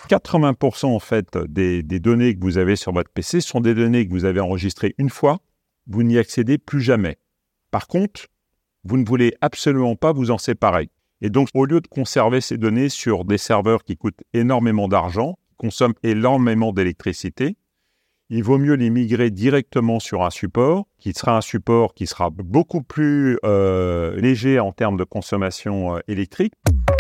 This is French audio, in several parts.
80% en fait des données que vous avez sur votre PC sont des données que vous avez enregistrées une fois, vous n'y accédez plus jamais. Par contre, vous ne voulez absolument pas vous en séparer. Et donc, au lieu de conserver ces données sur des serveurs qui coûtent énormément d'argent, consomment énormément d'électricité, il vaut mieux les migrer directement sur un support qui sera beaucoup plus léger en termes de consommation électrique.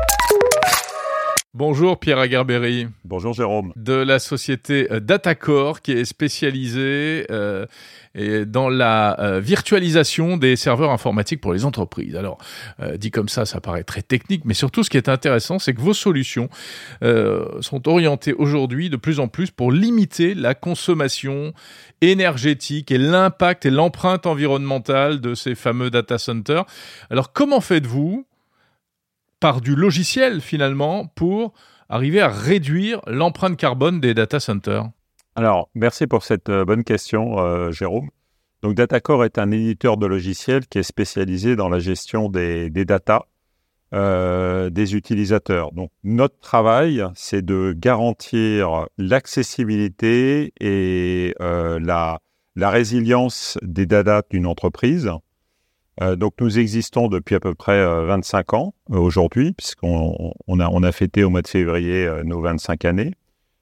Bonjour Pierre Agarberry. Bonjour Jérôme. De la société Datacore qui est spécialisée dans la virtualisation des serveurs informatiques pour les entreprises. Alors, dit comme ça paraît très technique, mais surtout ce qui est intéressant, c'est que vos solutions sont orientées aujourd'hui de plus en plus pour limiter la consommation énergétique et l'impact et l'empreinte environnementale de ces fameux data centers. Alors, comment faites-vous par du logiciel, finalement, pour arriver à réduire l'empreinte carbone des data centers? Alors, merci pour cette bonne question, Jérôme. Donc, Datacore est un éditeur de logiciels qui est spécialisé dans la gestion des datas des utilisateurs. Donc, notre travail, c'est de garantir l'accessibilité et la résilience des datas d'une entreprise. Donc, nous existons depuis à peu près 25 ans aujourd'hui, puisqu'on a fêté au mois de février nos 25 années.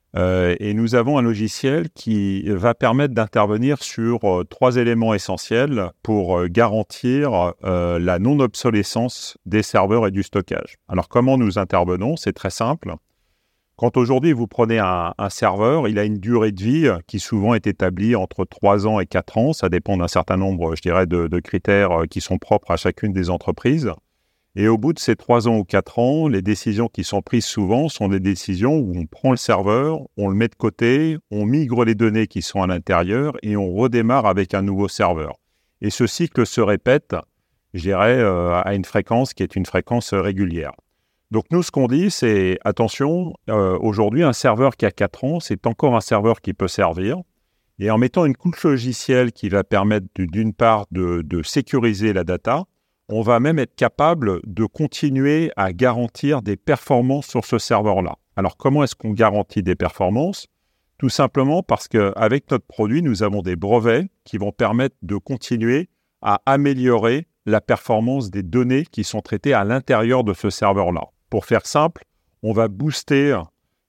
Et nous avons un logiciel qui va permettre d'intervenir sur 3 éléments essentiels pour garantir la non-obsolescence des serveurs et du stockage. Alors, comment nous intervenons? C'est très simple. Quand aujourd'hui, vous prenez un serveur, il a une durée de vie qui souvent est établie entre 3 ans et 4 ans. Ça dépend d'un certain nombre, je dirais, de critères qui sont propres à chacune des entreprises. Et au bout de ces 3 ans ou 4 ans, les décisions qui sont prises souvent sont des décisions où on prend le serveur, on le met de côté, on migre les données qui sont à l'intérieur et on redémarre avec un nouveau serveur. Et ce cycle se répète, je dirais, à une fréquence qui est une fréquence régulière. Donc nous, ce qu'on dit, c'est attention, aujourd'hui, un serveur qui a 4 ans, c'est encore un serveur qui peut servir. Et en mettant une couche logicielle qui va permettre d'une part de sécuriser la data, on va même être capable de continuer à garantir des performances sur ce serveur-là. Alors comment est-ce qu'on garantit des performances? Tout simplement parce qu'avec notre produit, nous avons des brevets qui vont permettre de continuer à améliorer la performance des données qui sont traitées à l'intérieur de ce serveur-là. Pour faire simple, on va booster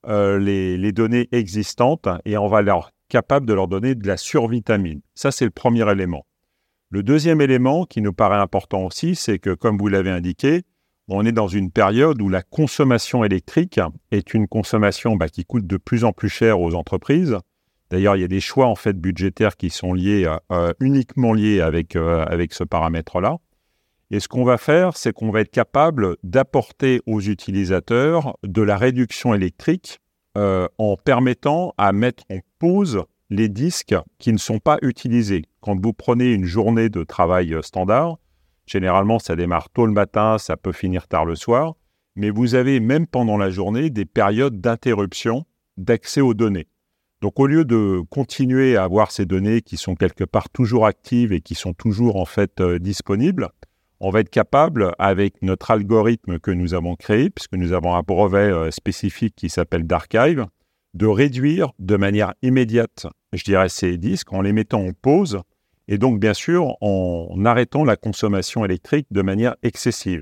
les données existantes et on va être capable de leur donner de la survitamine. Ça, c'est le premier élément. Le deuxième élément qui nous paraît important aussi, c'est que, comme vous l'avez indiqué, on est dans une période où la consommation électrique est une consommation qui coûte de plus en plus cher aux entreprises. D'ailleurs, il y a des choix en fait budgétaires qui sont uniquement liés avec ce paramètre-là. Et ce qu'on va faire, c'est qu'on va être capable d'apporter aux utilisateurs de la réduction électrique en permettant à mettre en pause les disques qui ne sont pas utilisés. Quand vous prenez une journée de travail standard, généralement ça démarre tôt le matin, ça peut finir tard le soir, mais vous avez même pendant la journée des périodes d'interruption d'accès aux données. Donc au lieu de continuer à avoir ces données qui sont quelque part toujours actives et qui sont toujours en fait disponibles, on va être capable, avec notre algorithme que nous avons créé, puisque nous avons un brevet spécifique qui s'appelle Darchive, de réduire de manière immédiate, je dirais, ces disques en les mettant en pause et donc, bien sûr, en arrêtant la consommation électrique de manière excessive.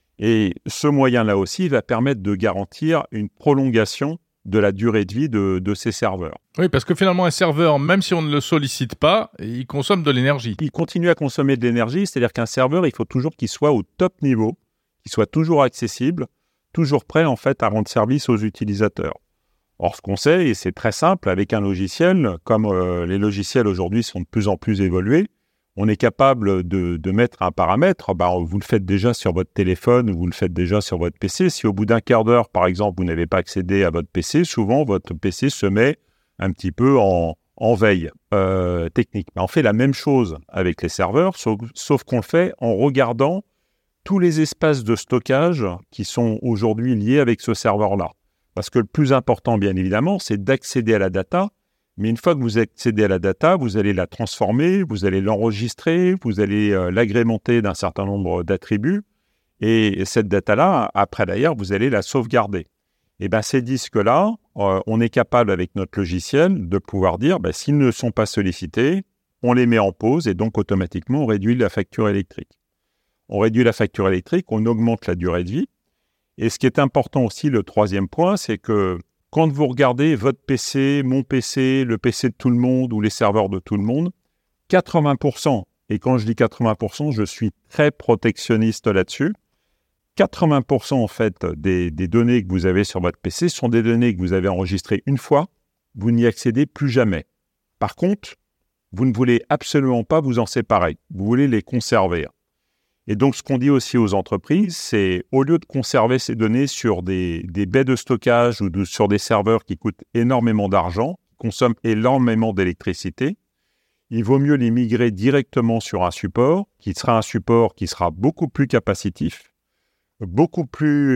Et ce moyen-là aussi va permettre de garantir une prolongation de la durée de vie de ces serveurs. Oui, parce que finalement, un serveur, même si on ne le sollicite pas, il consomme de l'énergie. Il continue à consommer de l'énergie, c'est-à-dire qu'un serveur, il faut toujours qu'il soit au top niveau, qu'il soit toujours accessible, toujours prêt en fait à rendre service aux utilisateurs. Or, ce qu'on sait, et c'est très simple, avec un logiciel, comme les logiciels aujourd'hui sont de plus en plus évolués, on est capable de mettre un paramètre, vous le faites déjà sur votre téléphone, vous le faites déjà sur votre PC. Si au bout d'un quart d'heure, par exemple, vous n'avez pas accédé à votre PC, souvent votre PC se met un petit peu en veille technique. On fait la même chose avec les serveurs, sauf qu'on le fait en regardant tous les espaces de stockage qui sont aujourd'hui liés avec ce serveur-là. Parce que le plus important, bien évidemment, c'est d'accéder à la data. Mais une fois que vous accédez à la data, vous allez la transformer, vous allez l'enregistrer, vous allez l'agrémenter d'un certain nombre d'attributs. Et cette data-là, après d'ailleurs, vous allez la sauvegarder. Et bien ces disques-là, on est capable avec notre logiciel de pouvoir dire s'ils ne sont pas sollicités, on les met en pause et donc automatiquement on réduit la facture électrique. On réduit la facture électrique, on augmente la durée de vie. Et ce qui est important aussi, le troisième point, c'est que quand vous regardez votre PC, mon PC, le PC de tout le monde ou les serveurs de tout le monde, 80%, et quand je dis 80%, je suis très protectionniste là-dessus, 80% en fait des données que vous avez sur votre PC sont des données que vous avez enregistrées une fois, vous n'y accédez plus jamais. Par contre, vous ne voulez absolument pas vous en séparer, vous voulez les conserver. Et donc, ce qu'on dit aussi aux entreprises, c'est au lieu de conserver ces données sur des baies de stockage ou sur des serveurs qui coûtent énormément d'argent, consomment énormément d'électricité, il vaut mieux les migrer directement sur un support qui sera beaucoup plus capacitif, beaucoup plus,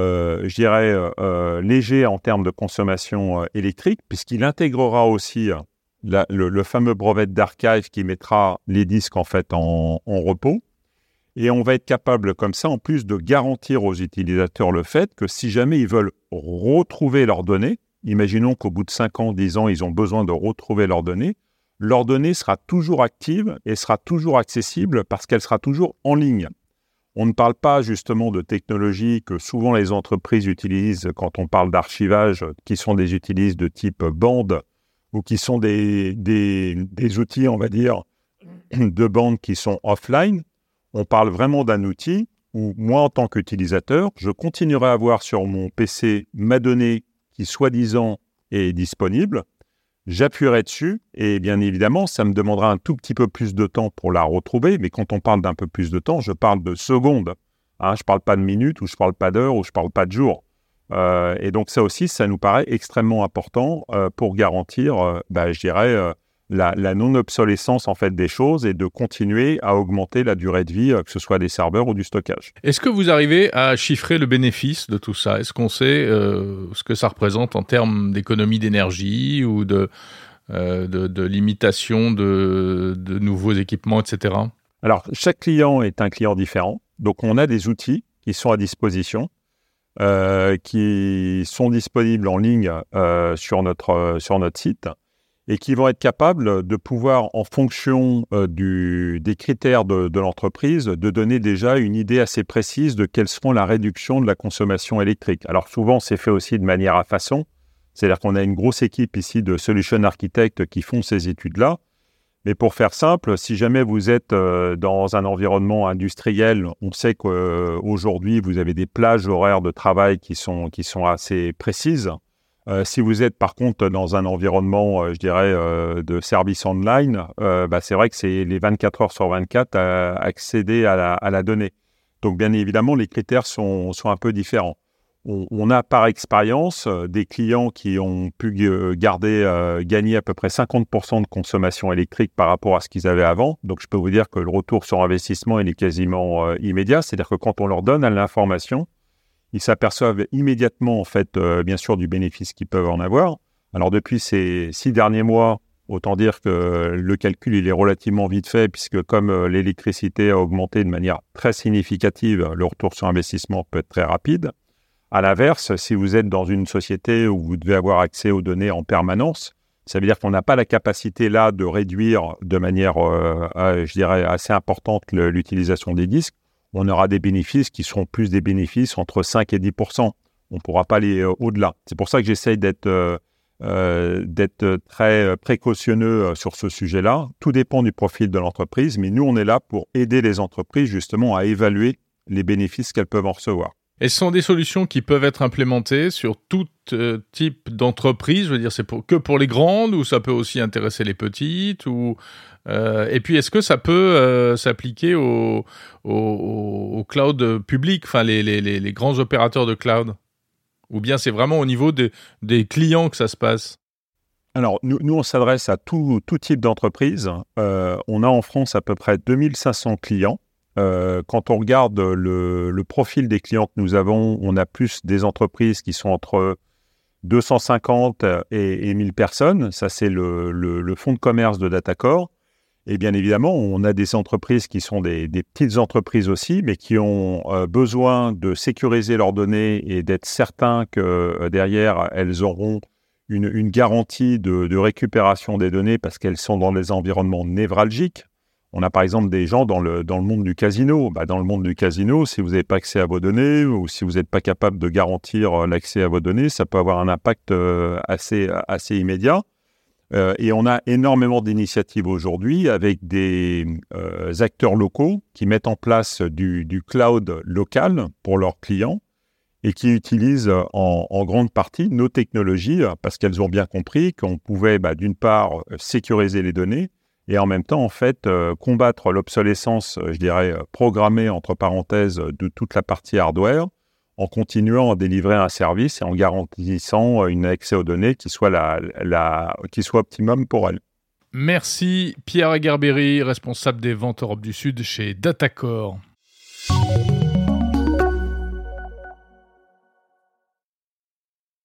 léger en termes de consommation électrique, puisqu'il intégrera aussi le fameux brevet d'archive qui mettra les disques en fait en repos. Et on va être capable comme ça, en plus, de garantir aux utilisateurs le fait que si jamais ils veulent retrouver leurs données, imaginons qu'au bout de 5 ans, 10 ans, ils ont besoin de retrouver leurs données sera toujours active et sera toujours accessible parce qu'elle sera toujours en ligne. On ne parle pas justement de technologies que souvent les entreprises utilisent quand on parle d'archivage, qui sont des outils de type bande ou qui sont des outils, on va dire, de bande qui sont offline. On parle vraiment d'un outil où moi, en tant qu'utilisateur, je continuerai à avoir sur mon PC ma donnée qui, soi-disant, est disponible. J'appuierai dessus et bien évidemment, ça me demandera un tout petit peu plus de temps pour la retrouver. Mais quand on parle d'un peu plus de temps, je parle de secondes. Je ne parle pas de minutes ou je ne parle pas d'heures ou je ne parle pas de jours. Et donc ça aussi, ça nous paraît extrêmement important pour garantir, la non-obsolescence en fait des choses et de continuer à augmenter la durée de vie, que ce soit des serveurs ou du stockage. Est-ce que vous arrivez à chiffrer le bénéfice de tout ça ? Est-ce qu'on sait ce que ça représente en termes d'économie d'énergie ou de limitation de nouveaux équipements, etc. Alors, chaque client est un client différent. Donc, on a des outils qui sont à disposition, qui sont disponibles en ligne sur notre site, et qui vont être capables de pouvoir, en fonction des critères de l'entreprise, de donner déjà une idée assez précise de quelles seront la réduction de la consommation électrique. Alors souvent, c'est fait aussi de manière à façon, c'est-à-dire qu'on a une grosse équipe ici de solution architectes qui font ces études-là. Mais pour faire simple, si jamais vous êtes dans un environnement industriel, on sait qu'aujourd'hui, vous avez des plages horaires de travail qui sont assez précises. Si vous êtes par contre dans un environnement, de service online, c'est vrai que c'est les 24 heures sur 24 à accéder à la donnée. Donc bien évidemment, les critères sont un peu différents. On a par expérience des clients qui ont pu gagner à peu près 50% de consommation électrique par rapport à ce qu'ils avaient avant. Donc je peux vous dire que le retour sur investissement il est quasiment immédiat. C'est-à-dire que quand on leur donne l'information, ils s'aperçoivent immédiatement, en fait, bien sûr, du bénéfice qu'ils peuvent en avoir. Alors, depuis ces 6 derniers mois, autant dire que le calcul, il est relativement vite fait, puisque comme l'électricité a augmenté de manière très significative, le retour sur investissement peut être très rapide. À l'inverse, si vous êtes dans une société où vous devez avoir accès aux données en permanence, ça veut dire qu'on n'a pas la capacité là de réduire de manière, assez importante l'utilisation des disques. On aura des bénéfices qui seront plus des bénéfices entre 5 et 10%. On ne pourra pas aller au-delà. C'est pour ça que j'essaye d'être très précautionneux sur ce sujet-là. Tout dépend du profil de l'entreprise, mais nous, on est là pour aider les entreprises justement à évaluer les bénéfices qu'elles peuvent en recevoir. Et ce sont des solutions qui peuvent être implémentées sur tout type d'entreprise. Je veux dire, c'est que pour les grandes ou ça peut aussi intéresser les petites et puis, est-ce que ça peut s'appliquer au cloud public, enfin les grands opérateurs de cloud ? Ou bien c'est vraiment au niveau des clients que ça se passe ? Alors, nous on s'adresse à tout type d'entreprise. On a en France à peu près 2500 clients. Quand on regarde le profil des clients que nous avons, on a plus des entreprises qui sont entre 250 et 1000 personnes. Ça, c'est le fonds de commerce de Datacor. Et bien évidemment, on a des entreprises qui sont des petites entreprises aussi, mais qui ont besoin de sécuriser leurs données et d'être certains que derrière, elles auront une garantie de récupération des données parce qu'elles sont dans des environnements névralgiques. On a par exemple des gens dans le monde du casino. Dans le monde du casino, si vous n'avez pas accès à vos données ou si vous n'êtes pas capable de garantir l'accès à vos données, ça peut avoir un impact assez immédiat. Et on a énormément d'initiatives aujourd'hui avec des acteurs locaux qui mettent en place du cloud local pour leurs clients et qui utilisent en grande partie nos technologies parce qu'elles ont bien compris qu'on pouvait d'une part sécuriser les données et en même temps en fait combattre l'obsolescence, je dirais programmée entre parenthèses de toute la partie hardware en continuant à délivrer un service et en garantissant un accès aux données qui soit qui soit optimum pour elles. Merci Pierre Agarberry, responsable des ventes Europe du Sud chez Datacor.